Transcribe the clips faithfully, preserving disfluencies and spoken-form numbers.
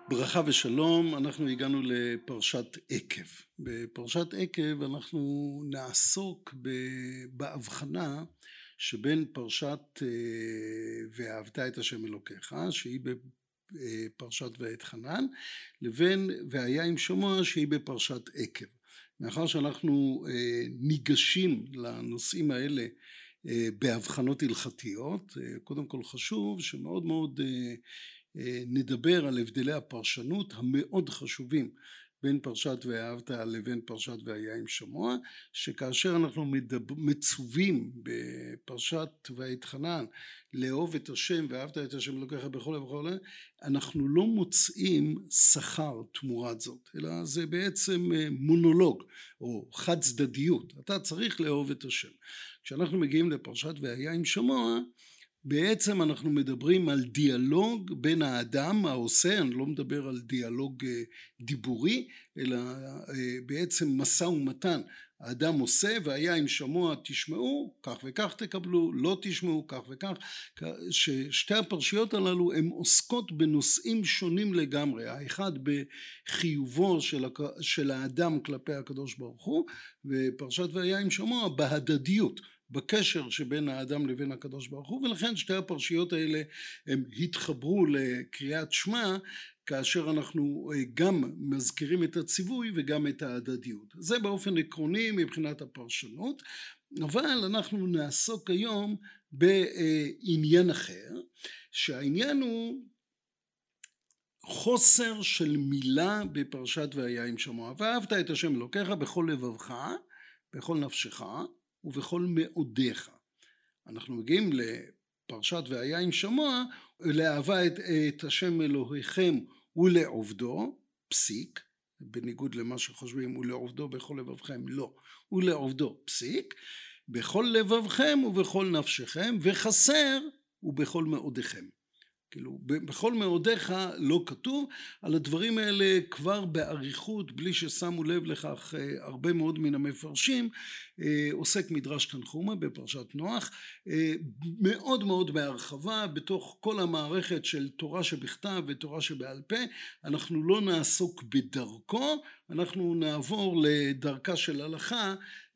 ברכה ושלום, אנחנו הגענו לפרשת עקב. בפרשת עקב אנחנו נעסוק בהבחנה שבין פרשת ואהבת את השם אלוקיך, שהיא בפרשת ואתחנן, לבין והיה עם שמוע שהיא בפרשת עקב. מאחר שאנחנו ניגשים לנושאים האלה בהבחנות הלכתיות, קודם כל חשוב שמאוד מאוד נדבר על הבדלי הפרשנות המאוד חשובים בין פרשת ואהבת לבין פרשת והיה עם שמוע, שכאשר אנחנו מצווים בפרשת ואתחנן לאהוב את השם ואהבת את השם אלוקיך בכל ובכל, אנחנו לא מוצאים שכר תמורת זאת, אלא זה בעצם מונולוג או חד צדדיות. אתה צריך לאהוב את השם. כשאנחנו מגיעים לפרשת והיה עם שמוע, בעצם אנחנו מדברים על דיאלוג בין האדם העושה, אני לא מדבר על דיאלוג דיבורי, אלא בעצם משא ומתן. האדם עושה והיה עם שמוע תשמעו, כך וכך תקבלו, לא תשמעו, כך וכך. ששתי הפרשיות הללו הן עוסקות בנושאים שונים לגמרי. האחד בחיובו של, של האדם כלפי הקדוש ברוך הוא, ופרשת והיה עם שמוע בהדדיות. בקשר שבין האדם לבין הקדוש ברוך הוא, ולכן שתי הפרשיות האלה הם התחברו לקריאת שמע, כאשר אנחנו גם מזכירים את הציווי וגם את ההדדיות. זה באופן עקרוני מבחינת הפרשנות, אבל אנחנו נעסוק היום בעניין אחר, שהעניין הוא חוסר של מילה בפרשת והיה עם שמוע. ואהבת את השם אלוקיך בכל לבבך, בכל נפשך, ובכל מאודיך. אנחנו מגיעים לפרשת והיה עם שמוע, לאהבה את, את השם אלוהיכם ולעובדו, פסיק, בניגוד למה שחושבים, ולעובדו בכל לבבכם, לא, ולעובדו, פסיק, בכל לבבכם ובכל נפשכם, וחסר ובכל מאודיכם. כאילו, בכל מאודיך לא כתוב. על הדברים האלה כבר בעריכות, בלי ששמו לב לכך הרבה מאוד מן המפרשים, עוסק מדרש תנחומא בפרשת נוח, מאוד מאוד בהרחבה בתוך כל המערכת של תורה שבכתב ותורה שבעל פה. אנחנו לא נעסוק בדרכו, אנחנו נעבור לדרכה של הלכה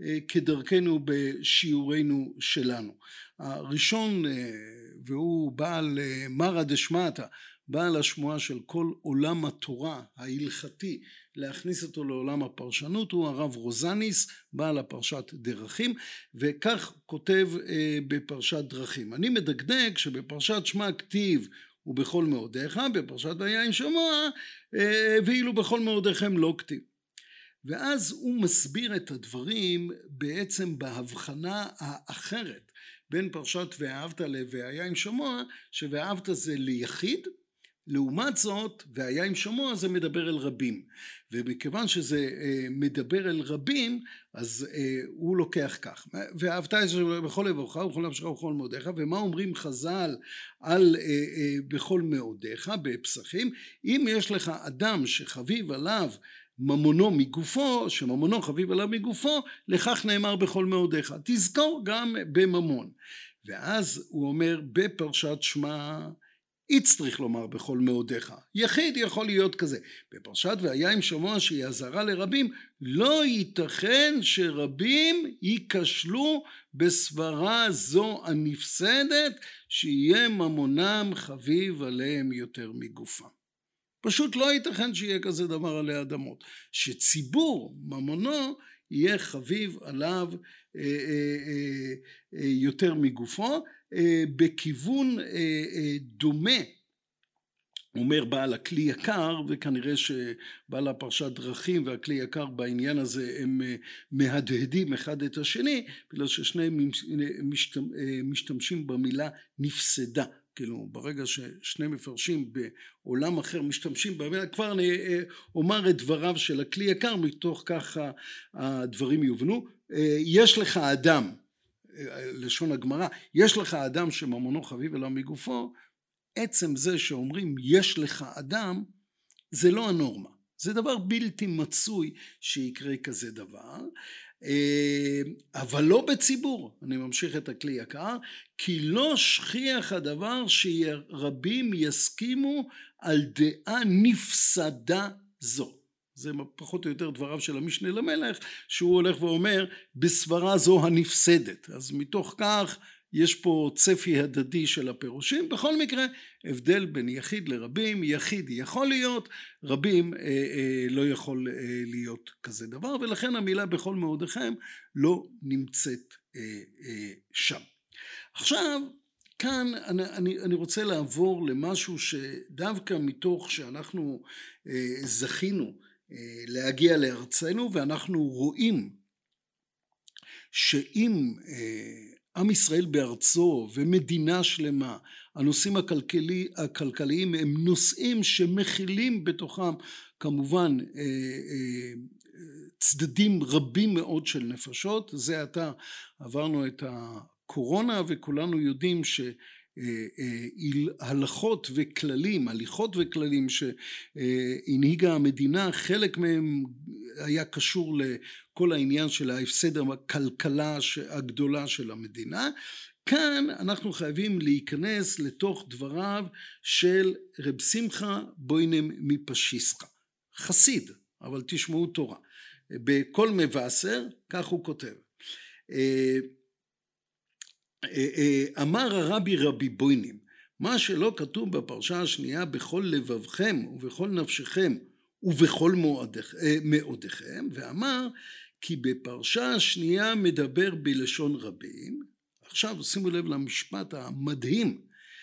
כדרכנו בשיעורנו שלנו. הראשון, והוא בעל מרא דשמעתא, בעל השמועה של כל עולם התורה ההלכתי, להכניס אותו לעולם הפרשנות, הוא הרב רוזניס, בעל הפרשת דרכים, וכך כותב בפרשת דרכים. אני מדקדק שבפרשת שמע כתיב ובכל מאודיך, בפרשת והיה עם שמוע, ואילו בכל מאודיכם לא כתיב. ואז הוא מסביר את הדברים בעצם בהבחנה האחרת בין פרשת ואהבת לוהיה עם שמוע, שוואהבת זה ליחיד, לעומת זאת והיה עם שמוע זה מדבר אל רבים, ומכיוון שזה מדבר אל רבים אז הוא לוקח כך, ואהבת את השם בכל לבבך ובכל נפשך ובכל מאודיך. ומה אומרים חז"ל על בכל מאודיך בפסחים? אם יש לך אדם שחביב עליו ממונו מגופו, שממונו חביב עליו מגופו, לכך נאמר בכל מאודיך, תזכור גם בממון. ואז הוא אומר בפרשת שמע יצטריך לומר בכל מאודיך, יחיד יכול להיות כזה. בפרשת והיה עם שמוע שהיא אזהרה לרבים, לא ייתכן שרבים ייכשלו בסברה זו הנפסדת, שיהיה ממונם חביב עליהם יותר מגופם. פשוט לא ייתכן שיהיה כזה דבר עלי אדמות, שציבור ממונו יהיה חביב עליו אה, אה, אה, יותר מגופו. אה, בכיוון אה, אה, דומה אומר בעל הכלי יקר, וכנראה שבעל הפרשת דרכים והכלי יקר בעניין הזה הם מהדהדים אחד את השני, בגלל ששניהם משתמשים במילה נפסדה. כאילו ברגע ששני מפרשים בעולם אחר משתמשים במילה, כבר אני אומר את דבריו של הכלי יקר, מתוך ככה הדברים יובנו. יש לך אדם, לשון הגמרא, יש לך אדם שממונו חביב עליו מגופו, עצם זה שאומרים יש לך אדם, זה לא הנורמה, זה דבר בלתי מצוי שיקרה כזה דבר. אבל לא בציבור. אני ממשיך את הכלי יקר, כי לא שכיח הדבר שרבים יסכימו על דעה נפסדה זו. זה פחות או יותר דבריו של המשנה למלך, שהוא הולך ואומר בסברה זו הנפסדת. אז מתוך כך יש פה צפי הדדי של הפירושים. בכל מקרה הבדל בין יחיד לרבים, יחיד יכול להיות, רבים אה, אה, לא יכול אה, להיות כזה דבר, ולכן המילה בכל מאודיכם לא נמצאת אה, אה, שם. עכשיו כאן אני, אני, אני רוצה לעבור למשהו שדווקא מתוך שאנחנו אה, זכינו אה, להגיע לארצנו, ואנחנו רואים שאם אה, עם ישראל בארצו ומדינה שלמה, הנושאים הכלכלי, הכלכליים הם נושאים שמכילים בתוכם כמובן צדדים רבים מאוד של נפשות. זה עתה עברנו את הקורונה וכולנו יודעים שהלכות וכללים, הליכות וכללים שהנהיגה המדינה, חלק מהם היה קשור לכל העניין של ההפסד הכלכלה הגדולה של המדינה. כאן אנחנו חייבים להיכנס לתוך דבריו של רב שמחה בוינם מפשיסחא, חסיד, אבל תשמעו תורה. בכל מבשר, כך הוא כותב. אמר הרבי רבי בוינם, מה שלא כתוב בפרשה השנייה, בכל לבבכם ובכל נפשכם ובכל מאודיכם, ואמר כי בפרשה השנייה מדבר בלשון רבים. עכשיו שימו לב למשפט המדהים,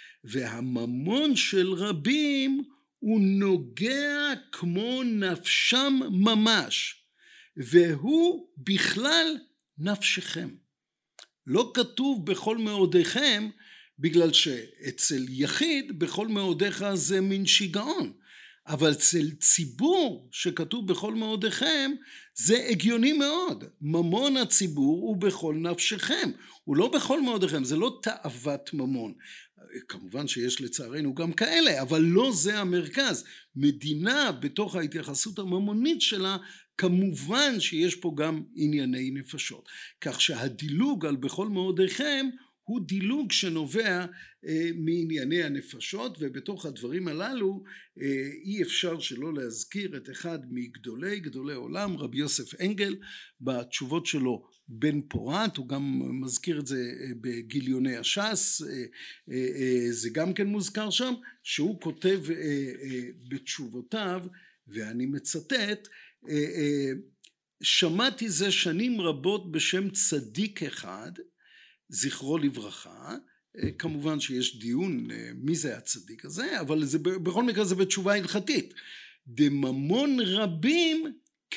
והממון של רבים הוא נוגע כמו נפשם ממש, והוא בכלל נפשכם. לא כתוב בכל מאודיכם, בגלל שאצל יחיד בכל מאודיך זה מין שיגעון, אבל אצל ציבור שכתוב בכל מאודיכם זה הגיוני מאוד. ממון הציבור הוא בכל נפשכם, הוא לא בכל מאודיכם, זה לא תאוות ממון. כמובן שיש לצערנו גם כאלה, אבל לא זה המרכז. מדינה בתוך ההתייחסות הממונית שלה, כמובן שיש פה גם ענייני נפשות. כך שהדילוג על בכל מאודיכם הוא דילוג שנובע אה, מענייני הנפשות, ובתוך הדברים הללו אה, אי אפשר שלא להזכיר את אחד מגדולי גדולי עולם, רבי יוסף אנגל, בתשובות שלו בן פורת, הוא גם מזכיר את זה אה, בגיליוני הש"ס, אה, אה, אה, זה גם כן מוזכר שם, שהוא כותב אה, אה, בתשובותיו, ואני מצטט, אה, אה, שמעתי זה שנים רבות בשם צדיק אחד, זכרו לברכה. כמובן שיש דיון מי זה הצדיק הזה, אבל זה, בכל מקרה זה בתשובה הלכתית. דממון רבים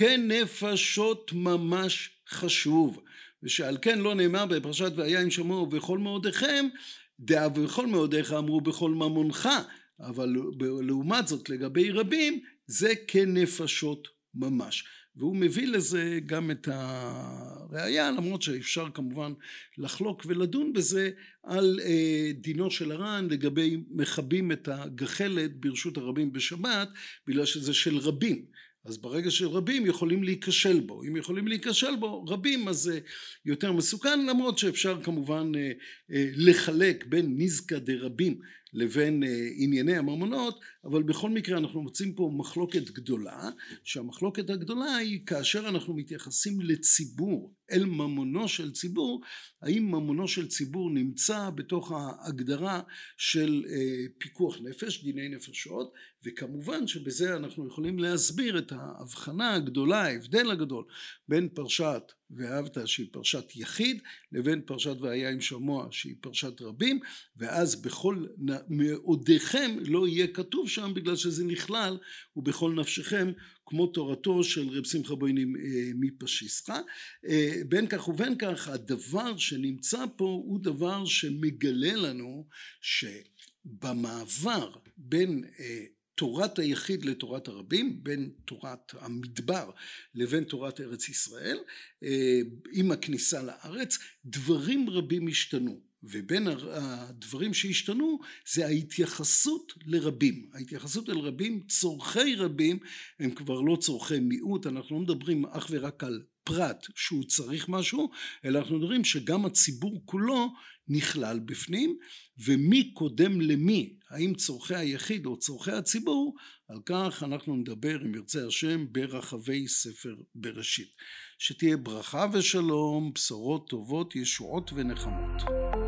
כנפשות ממש חשוב, ושעל כן לא נאמר בפרשת והיה אם שמעו ובכל מאודיכם, דעה ובכל מאודיך אמרו בכל ממונך, אבל לעומת זאת לגבי רבים זה כנפשות ממש. והוא מביא לזה גם את הראיה, למרות שאפשר כמובן לחלוק ולדון בזה, על דינו של הר"ן לגבי מכבים את הגחלת ברשות הרבים בשבת, בגלל שזה של רבים. אז ברגע של רבים יכולים להיכשל בו. אם יכולים להיכשל בו רבים, אז זה יותר מסוכן, למרות שאפשר כמובן לחלק בין נזקא דרבים לבין ענייני הממונות, אבל בכל מקרה אנחנו מוצאים פה מחלוקת גדולה, שהמחלוקת הגדולה היא כאשר אנחנו מתייחסים לציבור, אל ממונו של ציבור, האם ממונו של ציבור נמצא בתוך ההגדרה של פיקוח נפש, דיני נפשות, וכמובן שבזה אנחנו יכולים להסביר את ההבחנה הגדולה, ההבדל הגדול, בין פרשת ואהבת שהיא פרשת יחיד, לבין פרשת והיה אם שמוע שהיא פרשת רבים, ואז בכל מאודיכם לא יהיה כתוב שם, בגלל שזה נכלל ובכל נפשכם, כמו תורתו של רב שמחה בוינם מפשיסחא. בין כך ובין כך הדבר שנמצא פה הוא דבר שמגלה לנו שבמעבר בין תורת היחיד לתורת הרבים, בין תורת המדבר לבין תורת ארץ ישראל, עם הכניסה לארץ, דברים רבים השתנו. ובין הדברים שהשתנו זה ההתייחסות לרבים. ההתייחסות אל רבים, צורכי רבים, הם כבר לא צורכי מיעוט, אנחנו לא מדברים אך ורק על הפרט שהוא צריך משהו, אלא אנחנו מדברים שגם הציבור כולו נכלל בפנים, ומי קודם למי, האם צורכי היחיד או צורכי הציבור, על כך אנחנו נדבר אם ירצה השם ברחבי ספר בראשית. שתהיה ברכה ושלום, בשורות טובות, ישועות ונחמות.